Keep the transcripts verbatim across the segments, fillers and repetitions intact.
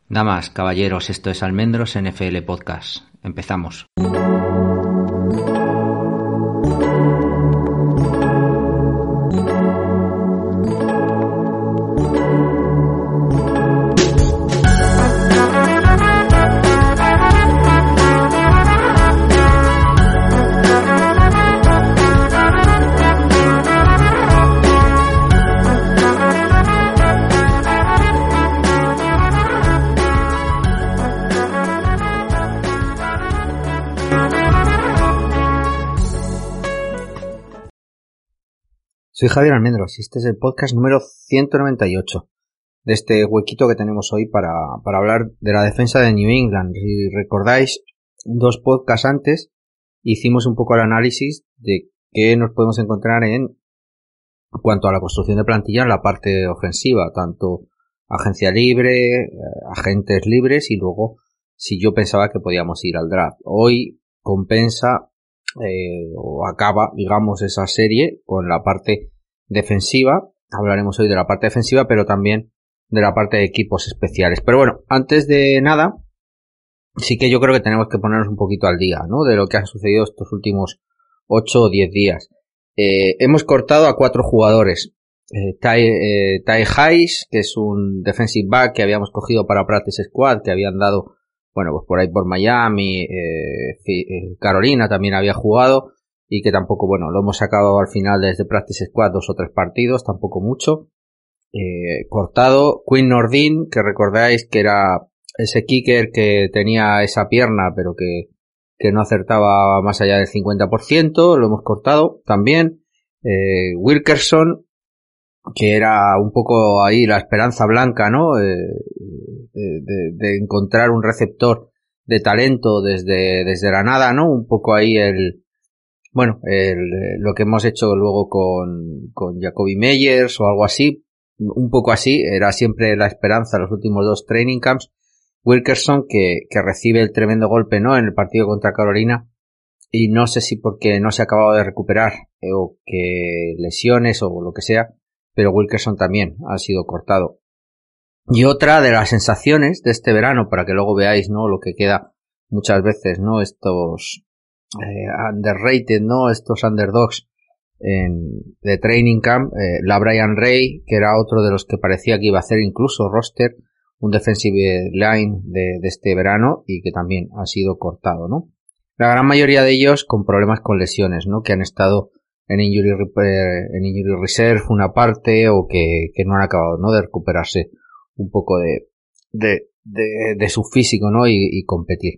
Damas, caballeros, esto es Almendros N F L Podcast. Empezamos. Soy Javier Almendros y este es el podcast número ciento noventa y ocho de este huequito que tenemos hoy para, para hablar de la defensa de New England. Si recordáis, dos podcasts antes hicimos un poco el análisis de qué nos podemos encontrar en cuanto a la construcción de plantilla en la parte ofensiva, tanto agencia libre, agentes libres y luego si yo pensaba que podíamos ir al draft. Hoy compensa eh, o acaba, digamos, esa serie con la parte defensiva. Hablaremos hoy de la parte defensiva, pero también de la parte de equipos especiales. Pero bueno, antes de nada, sí que yo creo que tenemos que ponernos un poquito al día, ¿no? De lo que ha sucedido estos últimos ocho o diez días. Eh, hemos cortado a cuatro jugadores. Eh, Ty, eh, Ty Hayes, que es un defensive back que habíamos cogido para Practice Squad, que habían dado, bueno, pues por ahí por Miami, eh, eh, Carolina también había jugado. Y que tampoco, bueno, lo hemos sacado al final desde Practice Squad dos o tres partidos, tampoco mucho. Eh, cortado. Quinn Nordin, que recordáis que era ese kicker que tenía esa pierna, pero que, que no acertaba más allá del cincuenta por ciento, lo hemos cortado también. Eh, Wilkerson, que era un poco ahí la esperanza blanca, ¿no? Eh, de, de, de encontrar un receptor de talento desde, desde la nada, ¿no? Un poco ahí el, Bueno, el, lo que hemos hecho luego con, con Jacoby Meyers o algo así, un poco así, era siempre la esperanza los últimos dos training camps. Wilkerson, que, que recibe el tremendo golpe, ¿no? En el partido contra Carolina, y no sé si porque no se ha acabado de recuperar, eh, o que lesiones o lo que sea, pero Wilkerson también ha sido cortado. Y otra de las sensaciones de este verano, para que luego veáis, ¿no? Lo que queda muchas veces, ¿no? Estos Eh, underrated, ¿no? Estos underdogs en, de training camp, eh, la Brian Ray, que era otro de los que parecía que iba a hacer incluso roster, un defensive line de, de este verano y que también ha sido cortado, ¿no? La gran mayoría de ellos con problemas con lesiones, ¿no? Que han estado en injury, eh, en injury reserve una parte o que, que no han acabado, ¿no? De recuperarse un poco de, de, de, de su físico, ¿no? Y, y competir.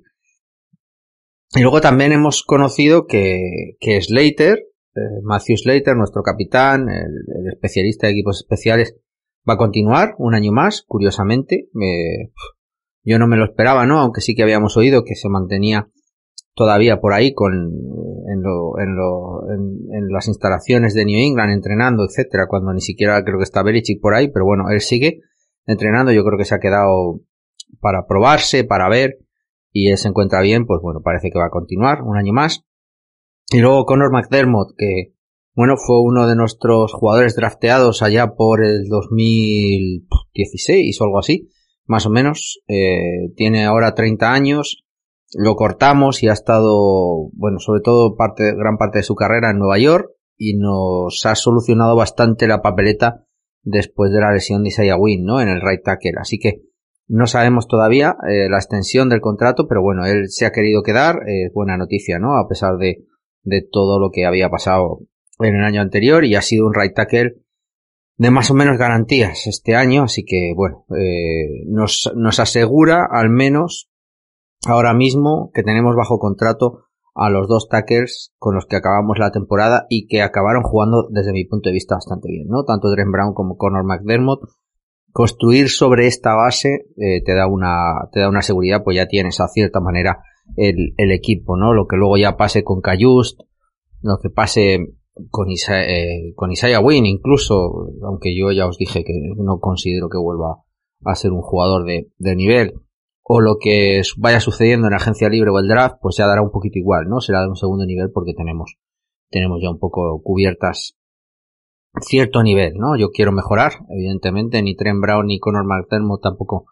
Y luego también hemos conocido que, que Slater, eh, Matthew Slater, nuestro capitán, el, el especialista de equipos especiales, va a continuar un año más, curiosamente. Eh, yo no me lo esperaba, ¿no? Aunque sí que habíamos oído que se mantenía todavía por ahí con, en, lo, en, lo, en, en las instalaciones de New England, entrenando, etcétera, cuando ni siquiera creo que está Belichick por ahí, pero bueno, él sigue entrenando. Yo creo que se ha quedado para probarse, para ver. Y él se encuentra bien, pues bueno, parece que va a continuar un año más. Y luego Connor McDermott, que bueno, fue uno de nuestros jugadores drafteados allá por el dos mil dieciséis o algo así, más o menos. Eh, tiene ahora treinta años, lo cortamos y ha estado, bueno, sobre todo parte, gran parte de su carrera en Nueva York y nos ha solucionado bastante la papeleta después de la lesión de Isaiah Wynn, ¿no? En el right tackle. Así que no sabemos todavía eh, la extensión del contrato, pero bueno, él se ha querido quedar, es eh, buena noticia, ¿no? A pesar de, de todo lo que había pasado en el año anterior, y ha sido un right tackle de más o menos garantías este año, así que bueno, eh, nos, nos asegura al menos ahora mismo que tenemos bajo contrato a los dos tackles con los que acabamos la temporada y que acabaron jugando desde mi punto de vista bastante bien, ¿no? Tanto Dren Brown como Connor McDermott. Construir sobre esta base eh, te da una te da una seguridad, pues ya tienes a cierta manera el, el equipo, ¿no? Lo que luego ya pase con Cajuste, lo que pase con, Isa, eh, con Isaiah Wynn incluso, aunque yo ya os dije que no considero que vuelva a ser un jugador de, de nivel, o lo que vaya sucediendo en la agencia libre o el draft, pues ya dará un poquito igual, ¿no? Será de un segundo nivel porque tenemos tenemos ya un poco cubiertas cierto nivel, ¿no? Yo quiero mejorar, evidentemente, ni Trent Brown ni Connor McDermott tampoco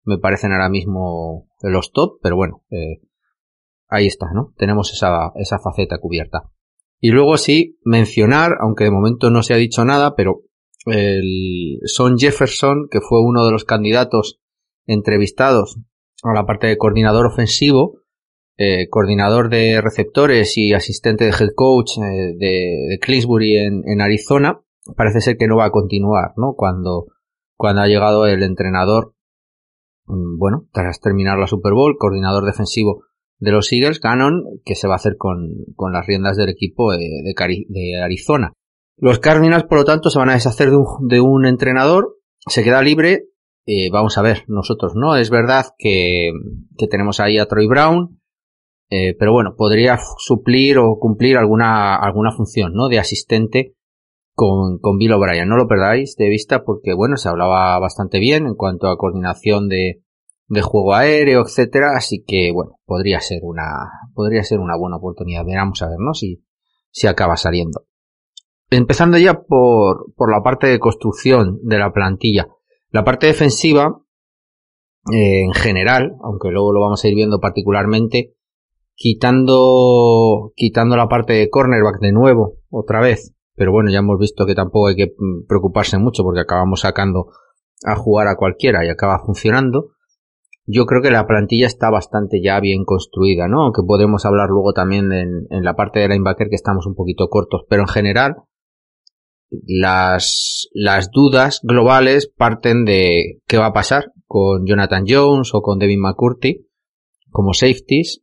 me parecen ahora mismo los top, pero bueno, eh, ahí está, ¿no? Tenemos esa, esa faceta cubierta. Y luego sí, mencionar, aunque de momento no se ha dicho nada, pero el Son Jefferson, que fue uno de los candidatos entrevistados a la parte de coordinador ofensivo, eh, coordinador de receptores y asistente de head coach eh, de, de Kingsbury en, en Arizona, parece ser que no va a continuar, ¿no? Cuando, cuando ha llegado el entrenador, bueno, tras terminar la Super Bowl, coordinador defensivo de los Eagles, Gannon, que se va a hacer con, con las riendas del equipo de, de, Cari, de Arizona. Los Cardinals, por lo tanto, se van a deshacer de un, de un entrenador, se queda libre, eh, vamos a ver, nosotros, ¿no? Es verdad que, que tenemos ahí a Troy Brown, eh, pero bueno, podría suplir o cumplir alguna, alguna función, ¿no? De asistente con, con Bill O'Brien. No lo perdáis de vista porque, bueno, se hablaba bastante bien en cuanto a coordinación de, de juego aéreo, etcétera, así que, bueno, podría ser una, podría ser una buena oportunidad. Veremos a ver, ¿no? Si, si acaba saliendo. Empezando ya por, por la parte de construcción de la plantilla. La parte defensiva, eh, en general, aunque luego lo vamos a ir viendo particularmente, quitando, quitando la parte de cornerback de nuevo, otra vez, pero bueno, ya hemos visto que tampoco hay que preocuparse mucho porque acabamos sacando a jugar a cualquiera y acaba funcionando. Yo creo que la plantilla está bastante ya bien construida, ¿no? Aunque podremos hablar luego también en, en la parte de linebacker que estamos un poquito cortos, pero en general las, las dudas globales parten de qué va a pasar con Jonathan Jones o con Devin McCourty como safeties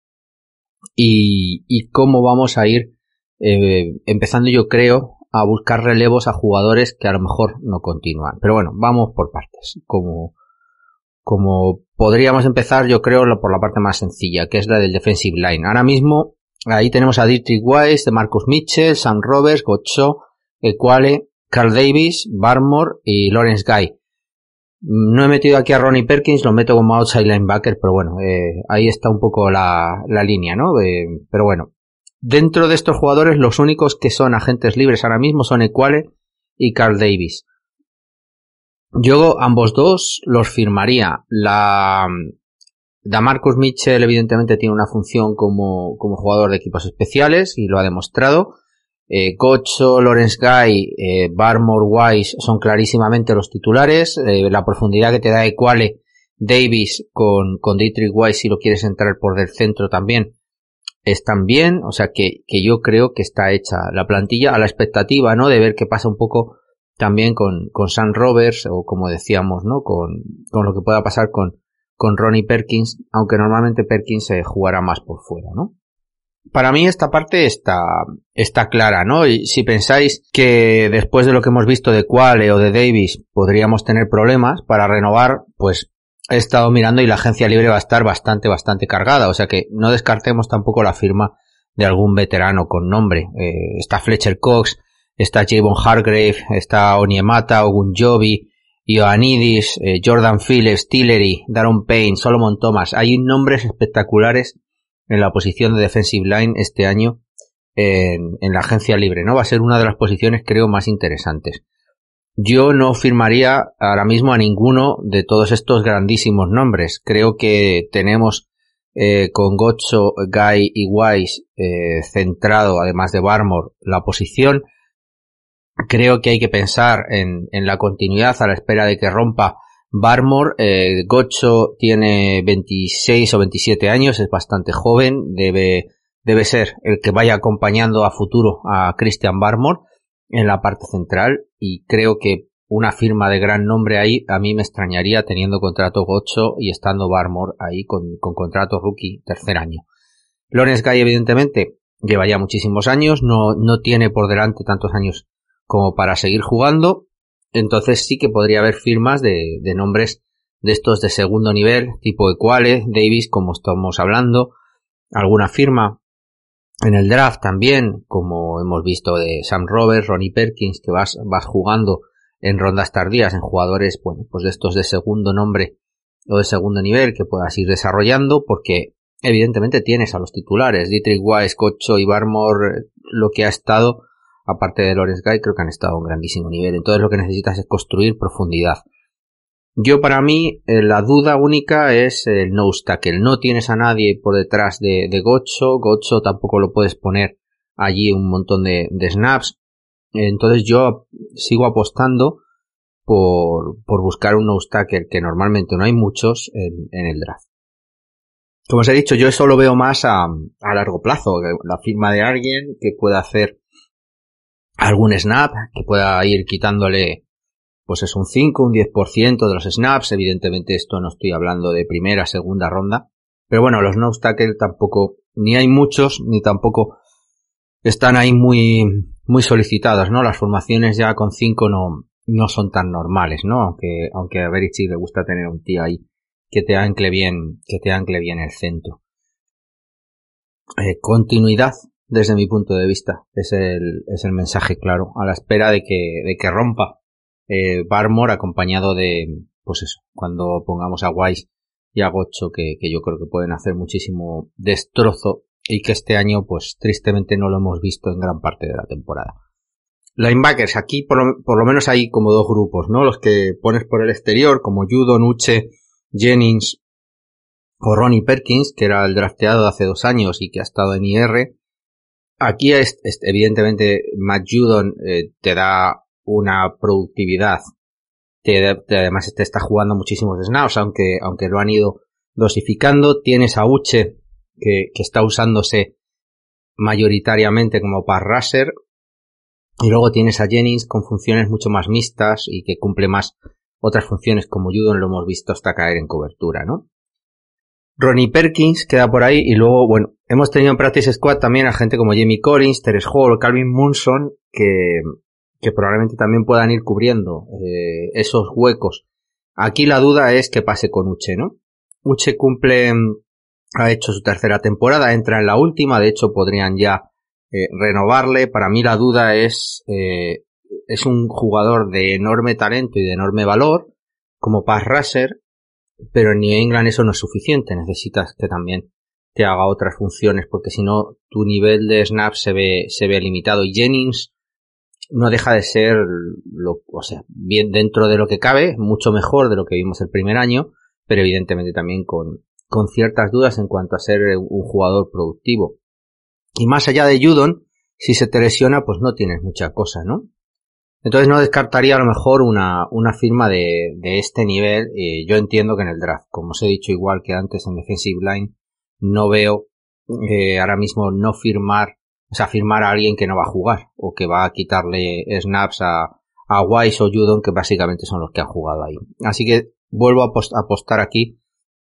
y, y cómo vamos a ir eh, empezando, yo creo, a buscar relevos a jugadores que a lo mejor no continúan. Pero bueno, vamos por partes. Como, como podríamos empezar, yo creo, por la parte más sencilla, que es la del defensive line. Ahora mismo, ahí tenemos a Dietrich Wise, de Marcus Mitchell, Sam Roberts, Gottschall, Equale, Carl Davis, Barmore y Lawrence Guy. No he metido aquí a Ronnie Perkins, lo meto como outside linebacker, pero bueno, eh, ahí está un poco la, la línea, ¿no? Eh, pero bueno, dentro de estos jugadores, los únicos que son agentes libres ahora mismo son Equale y Carl Davis. Yo ambos dos los firmaría. La DaMarcus Mitchell evidentemente tiene una función como, como jugador de equipos especiales y lo ha demostrado. Eh, Gottschall, Lawrence Guy, eh, Barmore, Wise son clarísimamente los titulares. Eh, la profundidad que te da Equale, Davis con, con Dietrich Wise si lo quieres entrar por del centro también están bien. O sea que, que yo creo que está hecha la plantilla a la expectativa, ¿no? De ver qué pasa un poco también con, con Sam Roberts o como decíamos, ¿no? Con, con lo que pueda pasar con, con Ronnie Perkins, aunque normalmente Perkins se eh, jugará más por fuera, ¿no? Para mí esta parte está, está clara, ¿no? Y si pensáis que después de lo que hemos visto de Equale o de Davis podríamos tener problemas para renovar, pues he estado mirando y la agencia libre va a estar bastante, bastante cargada. O sea que no descartemos tampoco la firma de algún veterano con nombre. Eh, está Fletcher Cox, está Javon Hargrave, está Onyemata, Ogunjobi, Ioannidis, eh, Jordan Phillips, Tillery, Daron Payne, Solomon Thomas. Hay nombres espectaculares en la posición de defensive line este año en, en la agencia libre, ¿no? Va a ser una de las posiciones, creo, más interesantes. Yo no firmaría ahora mismo a ninguno de todos estos grandísimos nombres. Creo que tenemos eh, con Gottschall, Guy y Wise eh, centrado, además de Barmore, la posición. Creo que hay que pensar en, en la continuidad a la espera de que rompa Barmore. eh, Gottschall tiene veintiséis o veintisiete años, es bastante joven, debe, debe ser el que vaya acompañando a futuro a Christian Barmore en la parte central y creo que una firma de gran nombre ahí a mí me extrañaría teniendo contrato Gottschall y estando Barmore ahí con, con contrato rookie tercer año. Lawrence Guy evidentemente lleva ya muchísimos años, no, no tiene por delante tantos años como para seguir jugando. Entonces sí que podría haber firmas de, de nombres de estos de segundo nivel, tipo Equale, Davis, como estamos hablando. Alguna firma en el draft también, como hemos visto de Sam Roberts, Ronnie Perkins, que vas, vas jugando en rondas tardías en jugadores, bueno, pues de estos de segundo nombre o de segundo nivel que puedas ir desarrollando, porque evidentemente tienes a los titulares, Dietrich Wise, Gottschall y Barmore, lo que ha estado, aparte de Lawrence Guy, creo que han estado a un grandísimo nivel. Entonces lo que necesitas es construir profundidad. Yo para mí eh, la duda única es el nose tackle. No tienes a nadie por detrás de, de Gocho. Gocho tampoco lo puedes poner allí un montón de, de snaps. Entonces yo sigo apostando por, por buscar un nose tackle, que normalmente no hay muchos en, en el draft. Como os he dicho, yo eso lo veo más a, a largo plazo. La firma de alguien que pueda hacer algún snap, que pueda ir quitándole pues es un cinco, un diez por ciento de los snaps. Evidentemente esto no estoy hablando de primera, segunda ronda. Pero bueno, los nose tackle tampoco, ni hay muchos, ni tampoco están ahí muy, muy solicitados, ¿no? Las formaciones ya con cinco no, no son tan normales, ¿no? Aunque, aunque a Belichick le gusta tener un tío ahí que te ancle bien, que te ancle bien el centro. Eh, continuidad, desde mi punto de vista, es el, es el mensaje claro, a la espera de que, de que rompa Eh, Barmore, acompañado de, pues eso, cuando pongamos a Wise y a Gocho, que, que yo creo que pueden hacer muchísimo destrozo y que este año, pues tristemente no lo hemos visto en gran parte de la temporada. Linebackers, aquí por lo, por lo menos hay como dos grupos, ¿no? Los que pones por el exterior, como Judon, Uche, Jennings o Ronnie Perkins, que era el drafteado de hace dos años y que ha estado en I R. Aquí es, es evidentemente Matt Judon eh, te da una productividad, te, te, además te está jugando muchísimos snaps, aunque, aunque lo han ido dosificando. Tienes a Uche, que, que está usándose mayoritariamente como pass rusher, y luego tienes a Jennings con funciones mucho más mixtas y que cumple más otras funciones, como Judon lo hemos visto hasta caer en cobertura, ¿no? Ronnie Perkins queda por ahí, y luego, bueno, hemos tenido en Practice Squad también a gente como Jamie Collins, Teres Hall, Calvin Munson, que que probablemente también puedan ir cubriendo eh, esos huecos. Aquí la duda es qué pase con Uche, ¿no? Uche cumple, ha hecho su tercera temporada, entra en la última, de hecho podrían ya eh, renovarle. Para mí la duda es, eh, es un jugador de enorme talento y de enorme valor, como pass rusher, pero en New England eso no es suficiente, necesitas que también te haga otras funciones, porque si no, tu nivel de snap se ve, se ve limitado. Y Jennings no deja de ser, lo, o sea, bien dentro de lo que cabe, mucho mejor de lo que vimos el primer año, pero evidentemente también con, con ciertas dudas en cuanto a ser un jugador productivo. Y más allá de Judon, si se te lesiona, pues no tienes mucha cosa, ¿no? Entonces no descartaría a lo mejor una, una firma de, de este nivel. Eh, yo entiendo que en el draft, como os he dicho igual que antes en Defensive Line, no veo eh, ahora mismo no firmar, o sea, firmar a alguien que no va a jugar o que va a quitarle snaps a, a Wise o Judon, que básicamente son los que han jugado ahí. Así que vuelvo a apost- apostar aquí,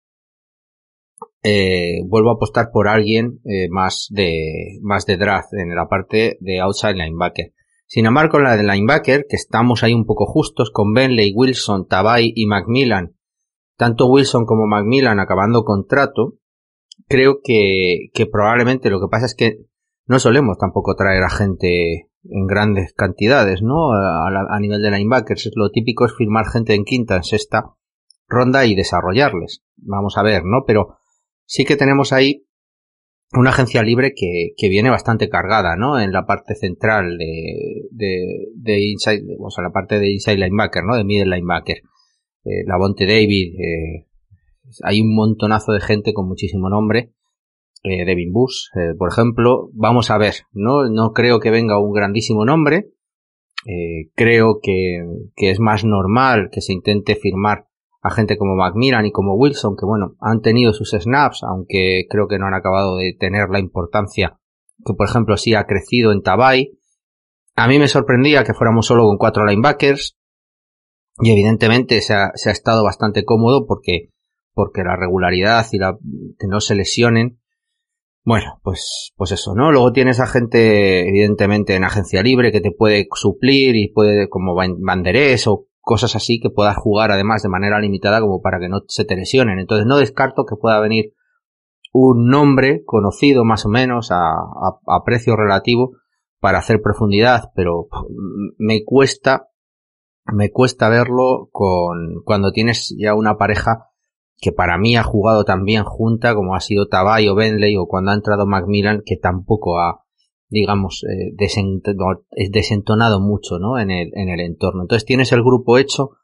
eh, vuelvo a apostar por alguien eh, más de más de draft en la parte de outside linebacker. Sin embargo, con la de linebacker, que estamos ahí un poco justos con Bentley, Wilson, Tabay y McMillan, tanto Wilson como McMillan acabando contrato, creo que, que probablemente lo que pasa es que no solemos tampoco traer a gente en grandes cantidades, ¿no? A, a, a nivel de linebackers. Lo típico es firmar gente en quinta, en sexta ronda y desarrollarles. Vamos a ver, ¿no? Pero sí que tenemos ahí una agencia libre que, que viene bastante cargada, ¿no? En la parte central de, de, de inside, o sea, la parte de inside linebacker, ¿no? De middle linebacker. Eh, Lavonte David, eh, hay un montonazo de gente con muchísimo nombre. Eh, Devin Bush, eh, por ejemplo. Vamos a ver, ¿no? No creo que venga un grandísimo nombre. Eh, creo que, que es más normal que se intente firmar a gente como McMillan y como Wilson, que bueno, han tenido sus snaps, aunque creo que no han acabado de tener la importancia que, por ejemplo, sí ha crecido en Tabay. A mí me sorprendía que fuéramos solo con cuatro linebackers, y evidentemente se ha, se ha estado bastante cómodo porque, porque la regularidad y la, que no se lesionen. Bueno, pues, pues eso, ¿no? Luego tienes a gente, evidentemente, en agencia libre que te puede suplir y puede, como Banderés o cosas así, que puedas jugar además de manera limitada como para que no se te lesionen. Entonces no descarto que pueda venir un nombre conocido más o menos a, a, a precio relativo para hacer profundidad, pero me cuesta, me cuesta verlo con, cuando tienes ya una pareja que para mí ha jugado tan bien junta como ha sido Tabay o Bentley, o cuando ha entrado McMillan, que tampoco ha, digamos, eh, desent- desentonado mucho, ¿no? En el, en el entorno. Entonces tienes el grupo hecho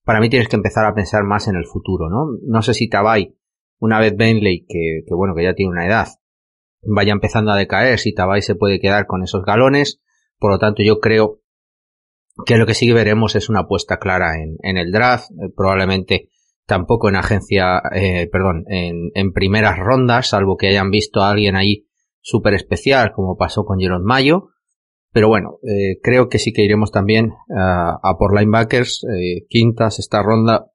para mí tienes que empezar a pensar más en el futuro, ¿no? No sé si Tabay, una vez Bentley, que, que bueno, que ya tiene una edad, vaya empezando a decaer, si Tabay se puede quedar con esos galones. Por lo tanto, yo creo que lo que sí veremos es una apuesta clara en, en el draft, eh, probablemente tampoco en agencia, eh, perdón, en, en primeras rondas, salvo que hayan visto a alguien ahí súper especial, como pasó con Jerome Mayo. Pero bueno, eh, creo que sí que iremos también uh, a por linebackers, eh, quinta, sexta ronda.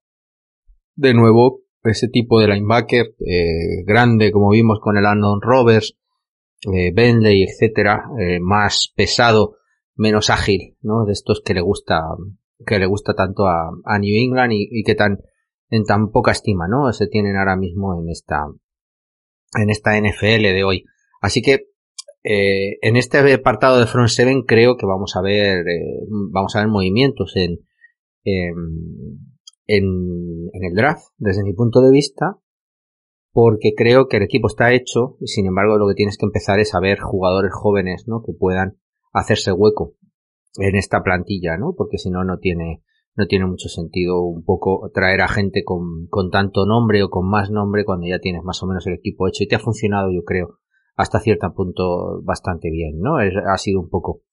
De nuevo, ese tipo de linebacker eh, grande, como vimos con el Andon Roberts, eh, Bentley, etcétera, eh, más pesado, menos ágil, ¿no? De estos que le gusta, que le gusta tanto a, a New England y, y que tan, en tan poca estima, ¿no? Se tienen ahora mismo en esta, en esta N F L de hoy. Así que, Eh, en este apartado de Front Seven creo que vamos a ver eh, vamos a ver movimientos en, en, en, en el draft desde mi punto de vista, porque creo que el equipo está hecho y sin embargo lo que tienes que empezar es a ver jugadores jóvenes, ¿no? Que puedan hacerse hueco en esta plantilla, ¿no? Porque si no no tiene no tiene mucho sentido un poco traer a gente con, con tanto nombre o con más nombre cuando ya tienes más o menos el equipo hecho y te ha funcionado, yo creo, hasta cierto punto bastante bien, ¿no? Es, ha sido un poco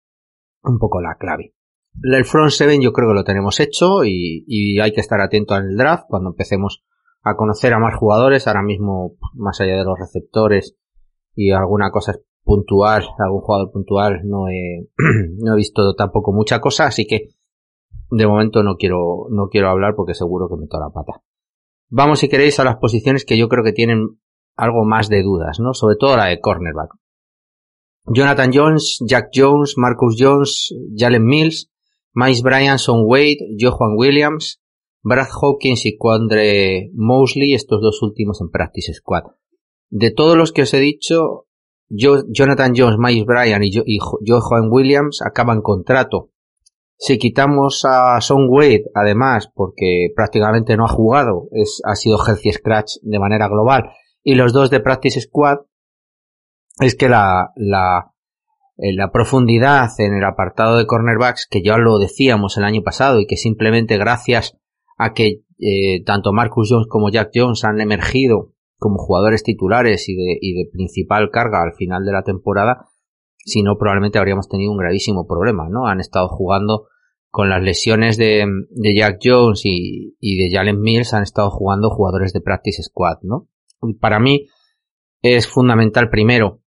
un poco la clave. El front seven yo creo que lo tenemos hecho y, y hay que estar atento al draft cuando empecemos a conocer a más jugadores. Ahora mismo, más allá de los receptores y alguna cosa puntual, algún jugador puntual, no he, no he visto tampoco mucha cosa, así que de momento no quiero, no quiero hablar porque seguro que meto la pata. Vamos, si queréis, a las posiciones que yo creo que tienen algo más de dudas, ¿no? Sobre todo la de cornerback. Jonathan Jones, Jack Jones, Marcus Jones, Jalen Mills, Miles Bryant, Son Wade, Johan Williams, Brad Hawkins y Quandre Mosley, estos dos últimos en Practice Squad. De todos los que os he dicho, yo, Jonathan Jones, Miles Bryant y, yo, y Johan Williams acaban contrato. Si quitamos a Son Wade, además, porque prácticamente no ha jugado, es, ha sido healthy scratch de manera global, y los dos de Practice Squad, es que la, la, la profundidad en el apartado de cornerbacks, que ya lo decíamos el año pasado y que simplemente gracias a que eh, tanto Marcus Jones como Jack Jones han emergido como jugadores titulares y de, y de principal carga al final de la temporada, si no probablemente habríamos tenido un gravísimo problema, ¿no? Han estado jugando con las lesiones de, de Jack Jones y, y de Jalen Mills, han estado jugando jugadores de Practice Squad, ¿no? Para mí es fundamental primero,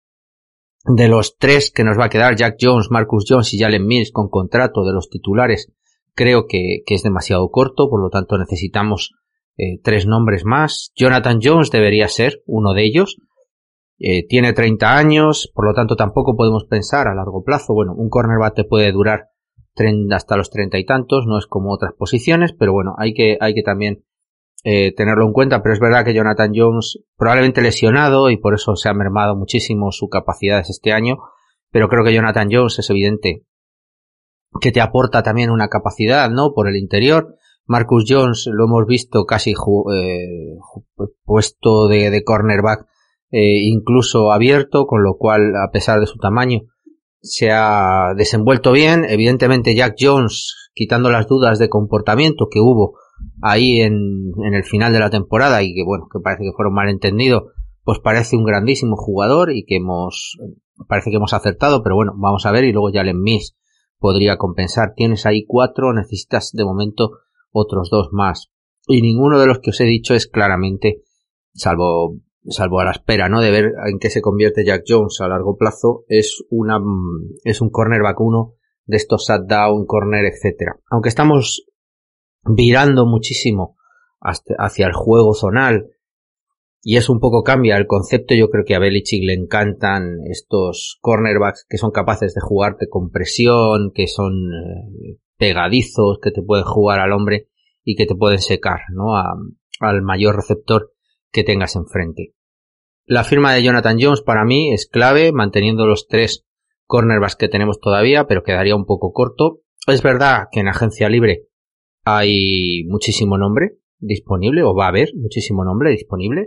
de los tres que nos va a quedar, Jack Jones, Marcus Jones y Jalen Mills con contrato de los titulares, creo que, que es demasiado corto, por lo tanto necesitamos eh, tres nombres más. Jonathan Jones debería ser uno de ellos, eh, tiene treinta años, por lo tanto tampoco podemos pensar a largo plazo. Bueno, un cornerback te puede durar hasta los treinta y tantos, no es como otras posiciones, pero bueno, hay que, hay que también Eh, tenerlo en cuenta, pero es verdad que Jonathan Jones probablemente lesionado y por eso se ha mermado muchísimo su capacidades este año, pero creo que Jonathan Jones es evidente que te aporta también una capacidad, ¿no? Por el interior. Marcus Jones lo hemos visto casi eh, puesto de, de cornerback eh, incluso abierto, con lo cual a pesar de su tamaño se ha desenvuelto bien. Evidentemente Jack Jones, quitando las dudas de comportamiento que hubo ahí en, en el final de la temporada y que bueno, que parece que fueron malentendidos, pues parece un grandísimo jugador y que hemos, parece que hemos acertado, pero bueno, vamos a ver. Y luego Jalen Mills podría compensar. Tienes ahí cuatro, necesitas de momento otros dos más. Y ninguno de los que os he dicho es claramente, salvo, salvo a la espera, ¿no? De ver en qué se convierte Jack Jones a largo plazo, es una, es un cornerback uno de estos shutdown, corner, etcétera. Aunque estamos virando muchísimo hasta hacia el juego zonal y eso un poco cambia el concepto. Yo creo que a Belichick le encantan estos cornerbacks que son capaces de jugarte con presión, que son eh, pegadizos, que te pueden jugar al hombre y que te pueden secar, ¿no? A, al mayor receptor que tengas enfrente. La firma de Jonathan Jones para mí es clave, manteniendo los tres cornerbacks que tenemos todavía, pero quedaría un poco corto. Es verdad que en agencia libre hay muchísimo nombre disponible, o va a haber muchísimo nombre disponible.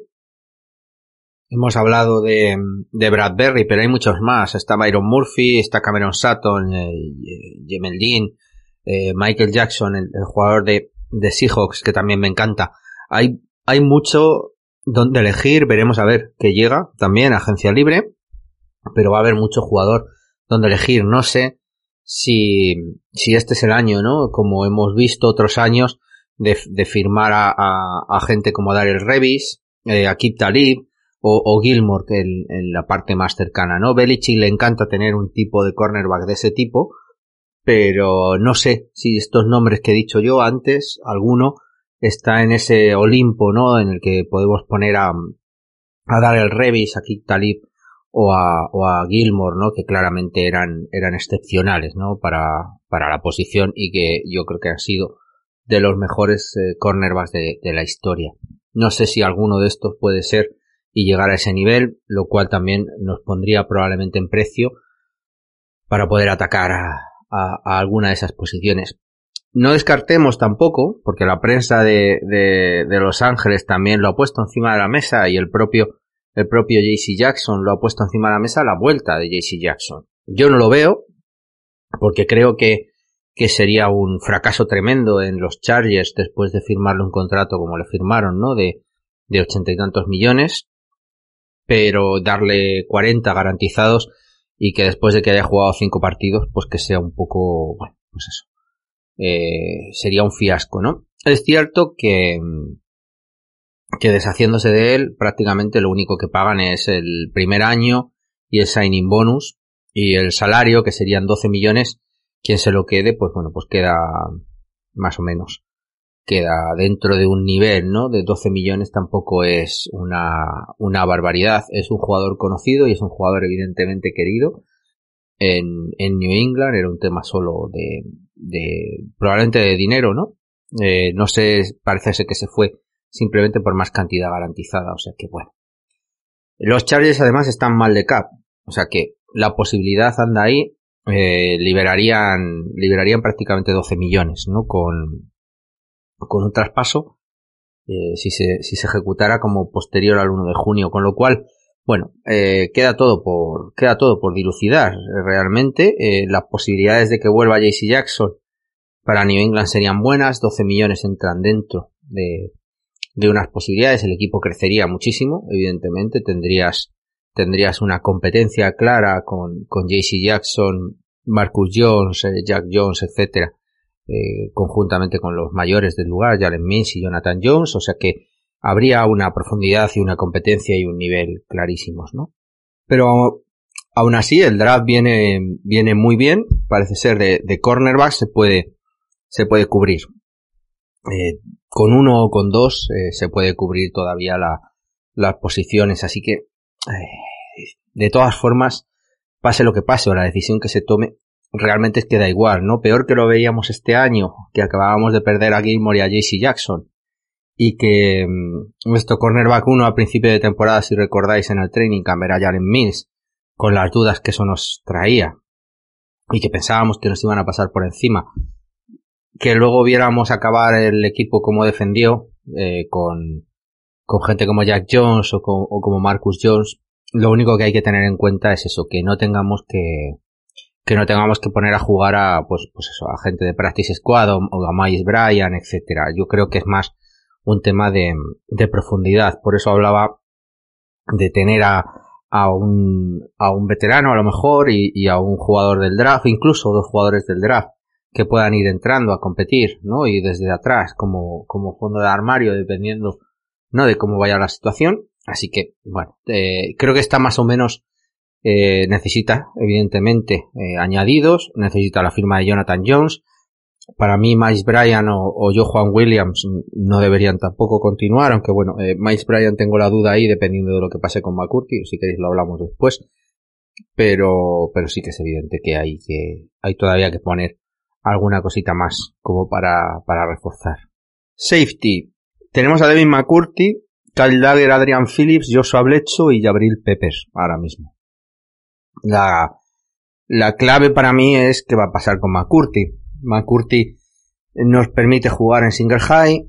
Hemos hablado de, de Bradbury, pero hay muchos más. Está Byron Murphy, está Cameron Sutton, eh, Jamel Dean, eh, Michael Jackson, el, el jugador de, de Seahawks, que también me encanta. Hay, hay mucho donde elegir, veremos a ver qué llega también, agencia libre, pero va a haber mucho jugador donde elegir. No sé si, si este es el año, ¿no? Como hemos visto otros años, de, de firmar a, a, a gente como Darrell Revis, eh, Aqib Talib, o, o Gilmore, que en, en la parte más cercana, ¿no? Belichick le encanta tener un tipo de cornerback de ese tipo, pero no sé si estos nombres que he dicho yo antes, alguno está en ese Olimpo, ¿no? En el que podemos poner a, a Darrell Revis, a Aqib Talib o a, o a Gilmore, ¿no? Que claramente eran, eran excepcionales, ¿no? Para, para la posición y que yo creo que han sido de los mejores eh, cornerbacks de, de la historia. No sé si alguno de estos puede ser y llegar a ese nivel, lo cual también nos pondría probablemente en precio para poder atacar a, a, a alguna de esas posiciones. No descartemos tampoco, porque la prensa de, de, de Los Ángeles también lo ha puesto encima de la mesa y el propio, el propio J C Jackson lo ha puesto encima de la mesa, la vuelta de J C Jackson. Yo no lo veo, porque creo que, que sería un fracaso tremendo en los Chargers después de firmarle un contrato como le firmaron, ¿no? De, de ochenta y tantos millones. Pero darle cuarenta garantizados y que después de que haya jugado cinco partidos, pues que sea un poco, bueno, pues eso, eh, sería un fiasco, ¿no? Es cierto que, que deshaciéndose de él, prácticamente lo único que pagan es el primer año y el signing bonus y el salario, que serían doce millones, quien se lo quede, pues bueno, pues queda más o menos. Queda dentro de un nivel, ¿no? De doce millones tampoco es una, una barbaridad. Es un jugador conocido y es un jugador evidentemente querido en, en New England. Era un tema solo de, de probablemente de dinero, ¿no? Eh, no sé, parece ser que se fue simplemente por más cantidad garantizada. O sea que bueno. Los Chargers además están mal de cap. O sea que la posibilidad anda ahí. Eh, liberarían, liberarían prácticamente doce millones, ¿no? Con, con un traspaso eh, si se si se ejecutara como posterior al uno de junio, con lo cual bueno eh, queda todo por queda todo por dilucidar realmente. Eh, las posibilidades de que vuelva J C Jackson para New England serían buenas. Doce millones entran dentro de de unas posibilidades. El equipo crecería muchísimo, evidentemente tendrías tendrías una competencia clara con con J C Jackson, Marcus Jones, eh, Jack Jones, etcétera. Eh, conjuntamente con los mayores del lugar, Jalen Mills y Jonathan Jones, o sea que habría una profundidad y una competencia y un nivel clarísimos, ¿no? Pero aún así el draft viene viene muy bien, parece ser de, de cornerback se puede se puede cubrir. Eh, con uno o con dos eh, se puede cubrir todavía la, las posiciones, así que eh, de todas formas, pase lo que pase o la decisión que se tome, realmente es que da igual, ¿no? Peor que lo veíamos este año, que acabábamos de perder a Gilmore y a J C Jackson, y que mmm, nuestro cornerback uno a principio de temporada, si recordáis en el training camp, era Jalen Mills, con las dudas que eso nos traía, y que pensábamos que nos iban a pasar por encima, que luego viéramos acabar el equipo como defendió, eh, con, con gente como Jack Jones o, con, o como Marcus Jones. Lo único que hay que tener en cuenta es eso, que no tengamos que que no tengamos que poner a jugar a, pues, pues eso, a gente de Practice Squad o, o a Miles Bryant, etcétera. Yo creo que es más un tema de, de profundidad. Por eso hablaba de tener a, a un, a un veterano a lo mejor y, y a un jugador del draft, incluso dos jugadores del draft que puedan ir entrando a competir, ¿no? Y desde atrás, como, como fondo de armario, dependiendo, ¿no? De cómo vaya la situación. Así que, bueno, eh, creo que está más o menos. Eh, necesita, evidentemente, eh, añadidos, necesita la firma de Jonathan Jones. Para mí, Miles Bryant o, o Johan Williams no deberían tampoco continuar, aunque bueno, eh, Miles Bryant tengo la duda ahí, dependiendo de lo que pase con McCourty, si queréis lo hablamos después, pero, pero sí que es evidente que hay que, hay todavía que poner alguna cosita más, como para, para reforzar. Safety. Tenemos a Devin McCourty, Kyle Dagger, Adrian Phillips, Joshua Bledsoe y Jabril Peppers, ahora mismo. La, la clave para mí es qué va a pasar con McCourty. McCourty nos permite jugar en single high.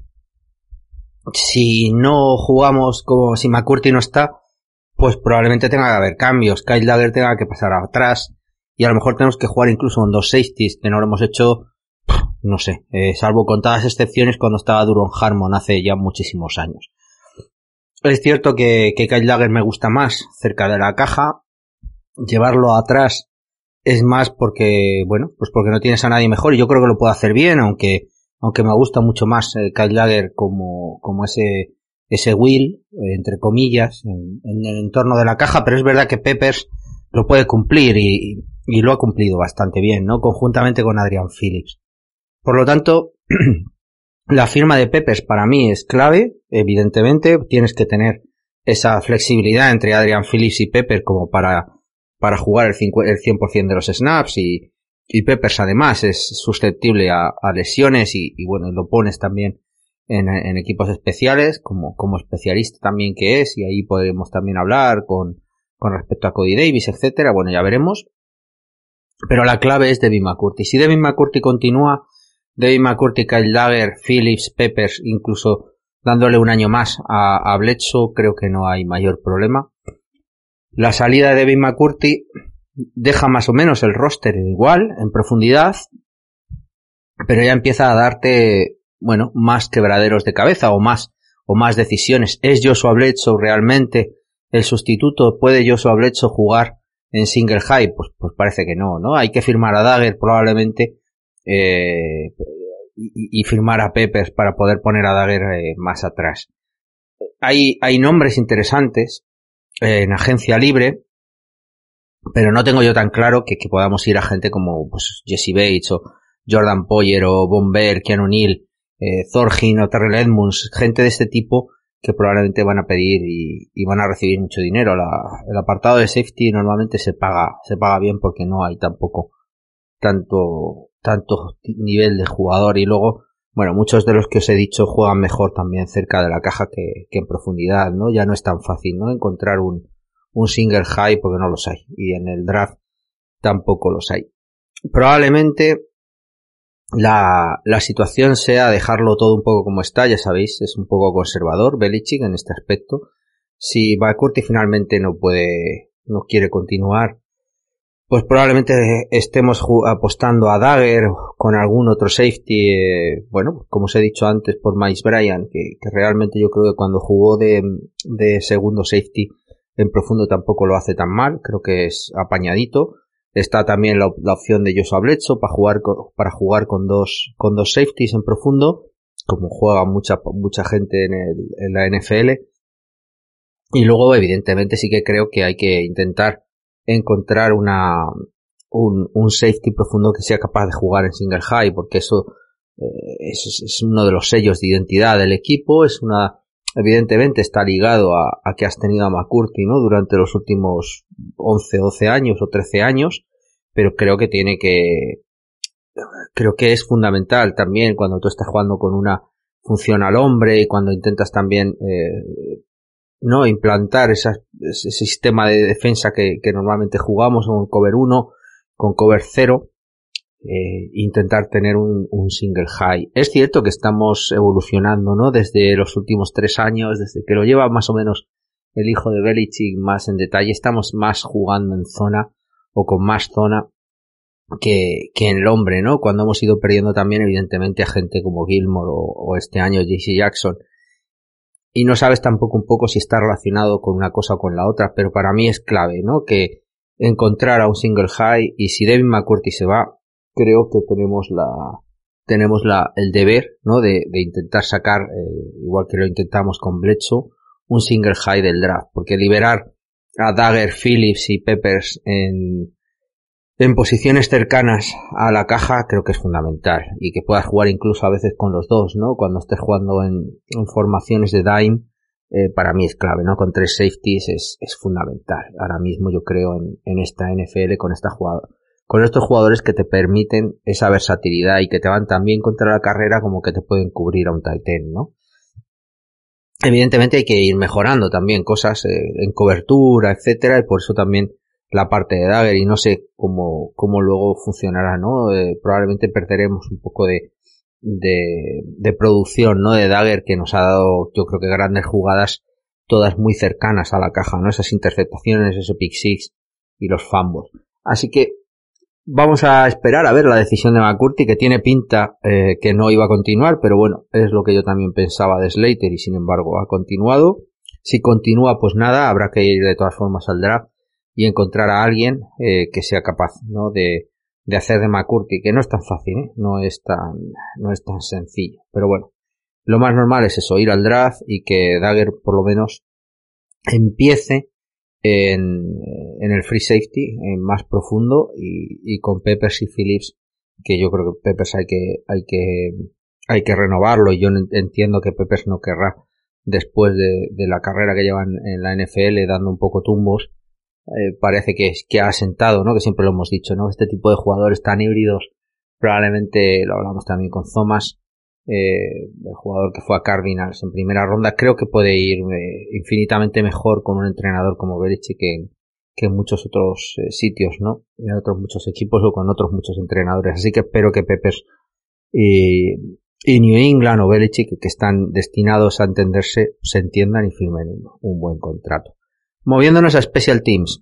Si no jugamos como si McCourty no está, pues probablemente tenga que haber cambios. Kyle Dagger tenga que pasar atrás y a lo mejor tenemos que jugar incluso con dos safeties, que no lo hemos hecho no sé, eh, salvo contadas excepciones cuando estaba Duron Harmon hace ya muchísimos años. Es cierto que, que Kyle Dagger me gusta más cerca de la caja. Llevarlo atrás es más porque, bueno, pues porque no tienes a nadie mejor y yo creo que lo puedo hacer bien, aunque aunque me gusta mucho más eh, Kyle Dagger como, como ese ese Will, eh, entre comillas, en, en el entorno de la caja, pero es verdad que Peppers lo puede cumplir y, y lo ha cumplido bastante bien, ¿no? Conjuntamente con Adrian Phillips. Por lo tanto, la firma de Peppers para mí es clave, evidentemente, tienes que tener esa flexibilidad entre Adrian Phillips y Peppers como para, para jugar el, cincuenta, el cien por ciento de los snaps y, y Peppers además es susceptible a, a lesiones y, y bueno, lo pones también en, en equipos especiales como, como especialista también que es y ahí podemos también hablar con, con respecto a Cody Davis, etcétera. Bueno, ya veremos. Pero la clave es Devin McCourty. Si Devin McCourty continúa, Devin McCourty, Kyle Dagger, Phillips, Peppers, incluso dándole un año más a, a Bledsoe, creo que no hay mayor problema. La salida de Devin McCourty deja más o menos el roster igual, en profundidad, pero ya empieza a darte, bueno, más quebraderos de cabeza o más, o más decisiones. ¿Es Joshua Bledsoe realmente el sustituto? ¿Puede Joshua Bledsoe jugar en single high? Pues, pues parece que no, ¿no? Hay que firmar a Dagger probablemente, eh, y, y firmar a Peppers para poder poner a Dagger eh, más atrás. Hay, hay nombres interesantes eh, en agencia libre, pero no tengo yo tan claro que, que podamos ir a gente como pues, Jesse Bates o Jordan Poyer o Von Bear, Keanu Neal, eh, Thorhin o Terrell Edmunds, gente de este tipo que probablemente van a pedir y, y van a recibir mucho dinero. La, el apartado de safety normalmente se paga, se paga bien porque no hay tampoco tanto, tanto nivel de jugador y luego, bueno, muchos de los que os he dicho juegan mejor también cerca de la caja que, que en profundidad, ¿no? Ya no es tan fácil, ¿no? Encontrar un, un single high porque no los hay y en el draft tampoco los hay. Probablemente la, la situación sea dejarlo todo un poco como está, ya sabéis, es un poco conservador Belichick en este aspecto. Si McCourty finalmente no puede, no quiere continuar, pues probablemente estemos apostando a Dagger con algún otro safety, eh, bueno, como os he dicho antes, por Miles Bryant, que, que realmente yo creo que cuando jugó de, de segundo safety en profundo tampoco lo hace tan mal, creo que es apañadito. Está también la, la opción de Joshua Bledsoe para jugar con, para jugar con dos, con dos safeties en profundo, como juega mucha, mucha gente en, el, en la N F L. Y luego, evidentemente, sí que creo que hay que intentar encontrar una, un, un safety profundo que sea capaz de jugar en single high, porque eso, eh, es, es uno de los sellos de identidad del equipo, es una, evidentemente está ligado a, a que has tenido a McCourty, ¿no? Durante los últimos once, doce años o trece años, pero creo que tiene que, creo que es fundamental también cuando tú estás jugando con una función al hombre y cuando intentas también, eh, no implantar esa, ese sistema de defensa que, que normalmente jugamos con cover uno, con cover cero, eh, intentar tener un, un single high. Es cierto que estamos evolucionando, ¿no? Desde los últimos tres años, desde que lo lleva más o menos el hijo de Belichick más en detalle, estamos más jugando en zona o con más zona que, que en el hombre, ¿no? Cuando hemos ido perdiendo también evidentemente a gente como Gilmore o, o este año J C Jackson. Y no sabes tampoco un poco si está relacionado con una cosa o con la otra, pero para mí es clave, ¿no? Que encontrar a un single high, y si Devin McCourty se va, creo que tenemos la, tenemos la, el deber, ¿no? De, de intentar sacar, eh, igual que lo intentamos con Bledsoe, un single high del draft, porque liberar a Dagger, Phillips y Peppers en, en posiciones cercanas a la caja creo que es fundamental y que puedas jugar incluso a veces con los dos, ¿no? Cuando estés jugando en, en formaciones de dime, eh, para mí es clave, ¿no? Con tres safeties es, es fundamental. Ahora mismo yo creo en, en esta N F L con esta jugada, con estos jugadores que te permiten esa versatilidad y que te van tan bien contra la carrera como que te pueden cubrir a un tight end, ¿no? Evidentemente hay que ir mejorando también cosas eh, en cobertura, etcétera, y por eso también la parte de Dagger, y no sé cómo, cómo luego funcionará, ¿no? Eh, probablemente perderemos un poco de, de, de producción, ¿no? De Dagger, que nos ha dado, yo creo que grandes jugadas, todas muy cercanas a la caja, ¿no? Esas interceptaciones, ese pick six y los fumbles. Así que vamos a esperar a ver la decisión de McCurdy, que tiene pinta eh, que no iba a continuar, pero bueno, es lo que yo también pensaba de Slater y sin embargo ha continuado. Si continúa, pues nada, habrá que ir de todas formas al draft y encontrar a alguien eh, que sea capaz, ¿no? de, de hacer de McCurdy, que no es tan fácil, ¿eh? no es tan, no es tan sencillo, pero bueno, lo más normal es eso, ir al draft y que Dagger por lo menos empiece en, en el free safety, en más profundo, y, y con Peppers y Phillips, que yo creo que Peppers hay que, hay que, hay que renovarlo, y yo entiendo que Peppers no querrá, después de, de la carrera que llevan en la N F L dando un poco tumbos, eh, parece que, que ha asentado, ¿no? Que siempre lo hemos dicho, ¿no? Este tipo de jugadores tan híbridos, probablemente lo hablamos también con Thomas, eh, el jugador que fue a Cardinals en primera ronda, creo que puede ir eh, infinitamente mejor con un entrenador como Belichick que, que en muchos otros eh, sitios, ¿no? En otros muchos equipos o con otros muchos entrenadores. Así que espero que Peppers y, y New England o Belichick, que están destinados a entenderse, se entiendan y firmen un, un buen contrato. Moviéndonos a Special Teams.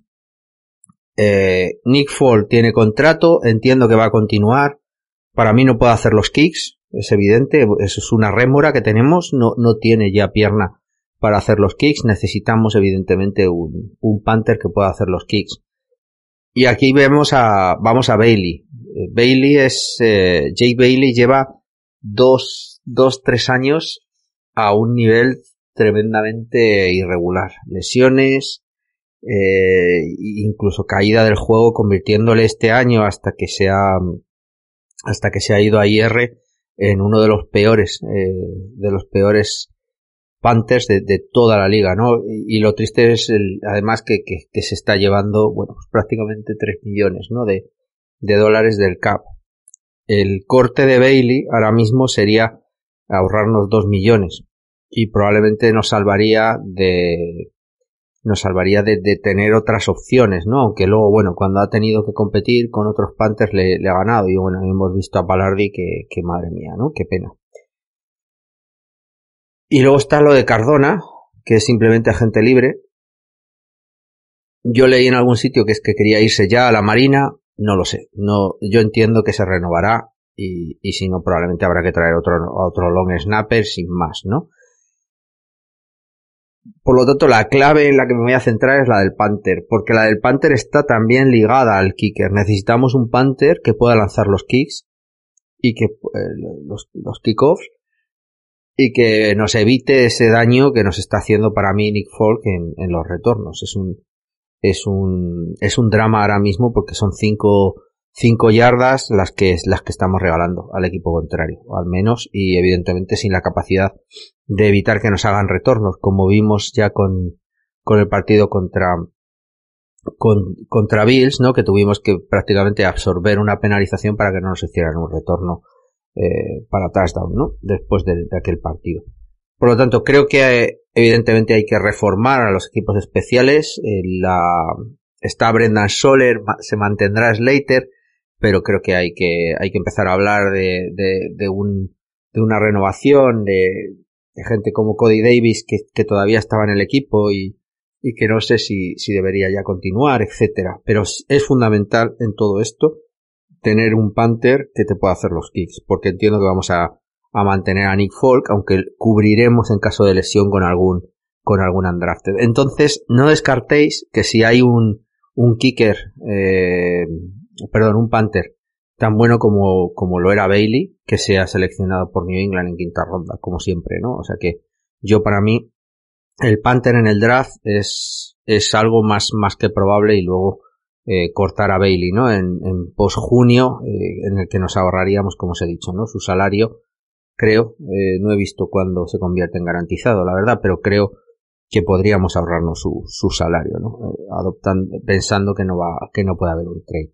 Eh, Nick Folk tiene contrato, entiendo que va a continuar. Para mí no puede hacer los kicks, es evidente, eso es una rémora que tenemos, no, no tiene ya pierna para hacer los kicks, necesitamos evidentemente un, un punter que pueda hacer los kicks. Y aquí vemos a, vamos a Bailey. Eh, Bailey es, eh, Jake Bailey lleva dos, dos, tres años a un nivel tremendamente irregular. Lesiones, eh, incluso caída del juego, convirtiéndole este año hasta que se ha, hasta que se ha ido a I R en uno de los peores, eh, de los peores Panthers de, de toda la liga, ¿no? Y, y lo triste es el, además que, que, que se está llevando, bueno, pues prácticamente tres millones, ¿no? De, de dólares del cap. El corte de Bailey ahora mismo sería ahorrarnos dos millones y probablemente nos salvaría de, nos salvaría de, de tener otras opciones, ¿no? Aunque luego, bueno, cuando ha tenido que competir con otros Panthers le, le ha ganado. Y bueno, hemos visto a Ballardy que, que madre mía, ¿no? Qué pena. Y luego está lo de Cardona, que es simplemente agente libre. Yo leí en algún sitio que es que quería irse ya a la Marina. No lo sé. No, yo entiendo que se renovará. Y, y si no, probablemente habrá que traer otro, otro long snapper sin más, ¿no? Por lo tanto, la clave en la que me voy a centrar es la del punter, porque la del punter está también ligada al kicker. Necesitamos un punter que pueda lanzar los kicks y que eh, los, los kickoffs y que nos evite ese daño que nos está haciendo para mí Nick Folk en, en los retornos. Es un es un es un drama ahora mismo porque son cinco cinco yardas las que las que estamos regalando al equipo contrario, al menos, y evidentemente sin la capacidad de evitar que nos hagan retornos, como vimos ya con con el partido contra con, contra Bills, ¿no? Que tuvimos que prácticamente absorber una penalización para que no nos hicieran un retorno eh, para touchdown, ¿no? Después de, de aquel partido. Por lo tanto, creo que eh, evidentemente hay que reformar a los equipos especiales. Eh, la está Brendan Soler, se mantendrá Slater, pero creo que hay que hay que empezar a hablar de, de, de un de una renovación de, de gente como Cody Davis que, que todavía estaba en el equipo y, y que no sé si, si debería ya continuar, etcétera. Pero es fundamental en todo esto tener un punter que te pueda hacer los kicks, porque entiendo que vamos a, a mantener a Nick Folk, aunque cubriremos en caso de lesión con algún con algún undrafted. Entonces, no descartéis que si hay un un kicker, eh, perdón, un punter tan bueno como, como lo era Bailey, que sea seleccionado por New England en quinta ronda, como siempre, ¿no? O sea que yo, para mí, el punter en el draft es, es algo más, más que probable, y luego eh, cortar a Bailey, ¿no? En, en post-junio, eh, en el que nos ahorraríamos, como os he dicho, ¿no? Su salario, creo, eh, no he visto cuándo se convierte en garantizado, la verdad, pero creo que podríamos ahorrarnos su, su salario, ¿no? Eh, adoptando, pensando que no va, que no puede haber un trade.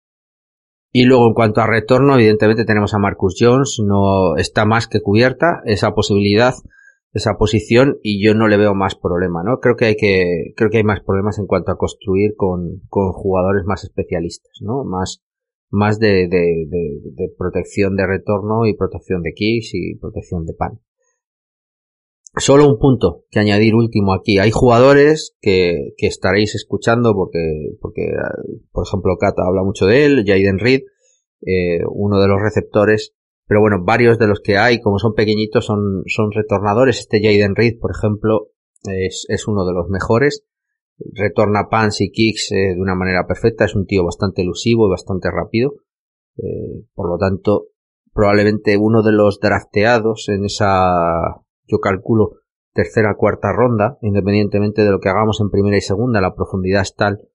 Y luego, en cuanto a retorno, evidentemente tenemos a Marcus Jones, no está más que cubierta esa posibilidad, esa posición, y yo no le veo más problema, ¿no? Creo que hay que, creo que hay más problemas en cuanto a construir con, con jugadores más especialistas, ¿no? Más, más de, de, de, de protección de retorno y protección de kicks y protección de pan. Solo un punto que añadir último aquí. Hay jugadores que, que estaréis escuchando porque, porque, por ejemplo, Cata habla mucho de él, Jaden Reed, eh, uno de los receptores, pero bueno, varios de los que hay, como son pequeñitos, son, son retornadores. Este Jaden Reed, por ejemplo, es, es uno de los mejores. Retorna punts y kicks eh, de una manera perfecta. Es un tío bastante elusivo y bastante rápido. Eh, por lo tanto, probablemente uno de los drafteados en esa, yo calculo, tercera, cuarta ronda, independientemente de lo que hagamos en primera y segunda, la profundidad es tal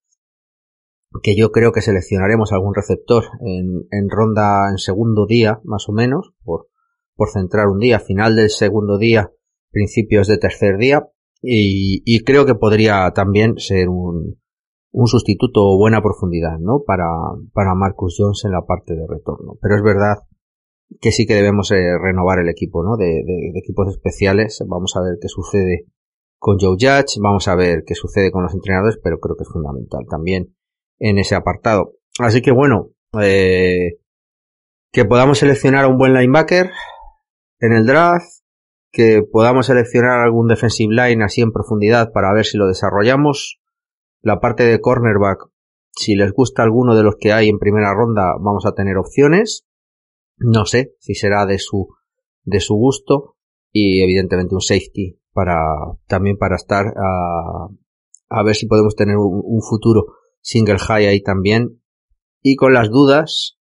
que yo creo que seleccionaremos algún receptor en, en ronda, en segundo día, más o menos, por, por centrar un día, final del segundo día, principios de tercer día, y, y creo que podría también ser un, un sustituto o buena profundidad, ¿no? Para, para Marcus Jones en la parte de retorno. Pero es verdad que sí que debemos eh, renovar el equipo, ¿no? De, de, de equipos especiales. Vamos a ver qué sucede con Joe Judge, vamos a ver qué sucede con los entrenadores, pero creo que es fundamental también en ese apartado. Así que bueno, eh, que podamos seleccionar a un buen linebacker en el draft, que podamos seleccionar algún defensive line así en profundidad para ver si lo desarrollamos. La parte de cornerback, si les gusta alguno de los que hay en primera ronda, vamos a tener opciones. No sé si será de su, de su gusto, y evidentemente un safety para, también para estar a, a ver si podemos tener un, un futuro single high ahí también. Y con las dudas,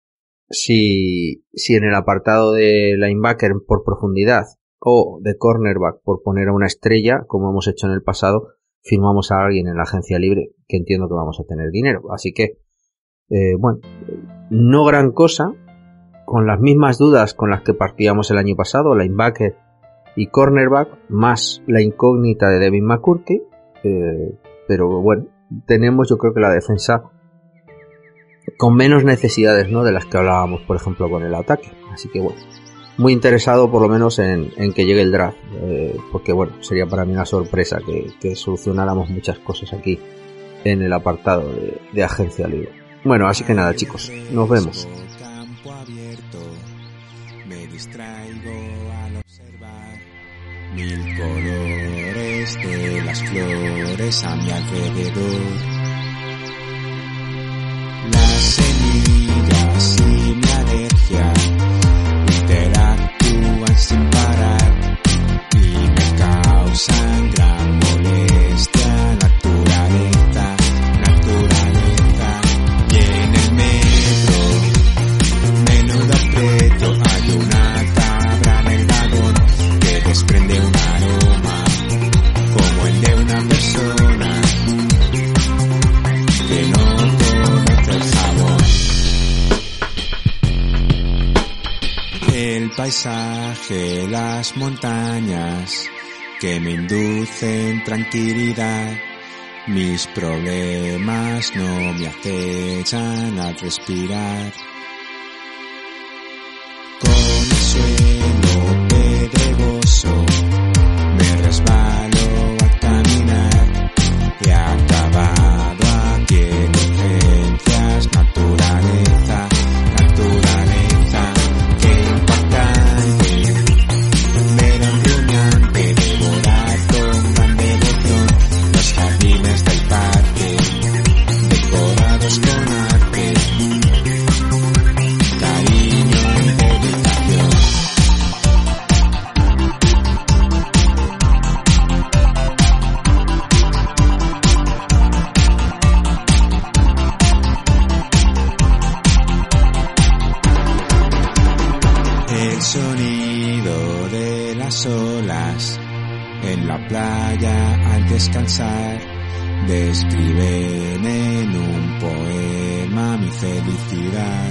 si, si en el apartado de linebacker por profundidad o de cornerback por poner a una estrella, como hemos hecho en el pasado, firmamos a alguien en la agencia libre, que entiendo que vamos a tener dinero. Así que, eh, bueno, no gran cosa, con las mismas dudas con las que partíamos el año pasado, linebacker y cornerback, más la incógnita de Devin McCourty, eh, pero bueno, tenemos yo creo que la defensa con menos necesidades, ¿no?, de las que hablábamos, por ejemplo, con el ataque. Así que bueno, muy interesado por lo menos en, en que llegue el draft, eh, porque bueno, sería para mí una sorpresa que, que solucionáramos muchas cosas aquí en el apartado de, de agencia libre. Bueno, así que nada, chicos, nos vemos. Me distraigo al observar mil colores de las flores a mi alrededor. Las semillas y mi alergia interactúan sin parar y me causan gran molestia. Naturaleza, naturaleza. Y en el metro, menudo aprieto, hay una cabra en el vagón que desprende un aroma como el de una persona que no conoce el jabón. El paisaje, las montañas que me inducen tranquilidad. Mis problemas no me acechan al respirar. Con el suelo pedregoso me resbalo al caminar. He acabado aquí en urgencias. Naturaleza, naturaleza, qué impactante. Ver a un rumiante devorar con gran devoción los jardines del parque, decorados con arte, cariño y dedicación. El sonido de las olas en la playa al descansar describen en un poema mi felicidad.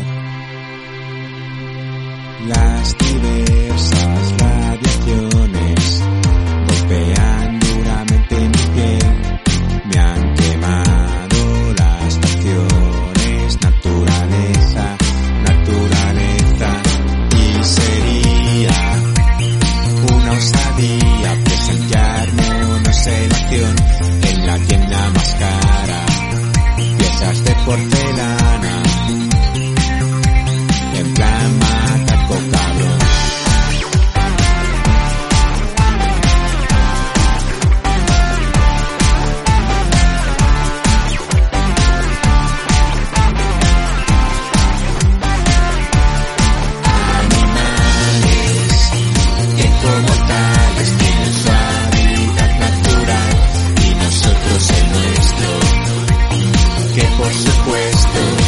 Las diversas radiaciones golpean duramente mi piel, me han quemado las pasiones. Naturaleza, naturaleza, y sería una osadía presenciarnos en acción en la tienda más cara. Piezas de porcelana, en plan mataco cabrón. después de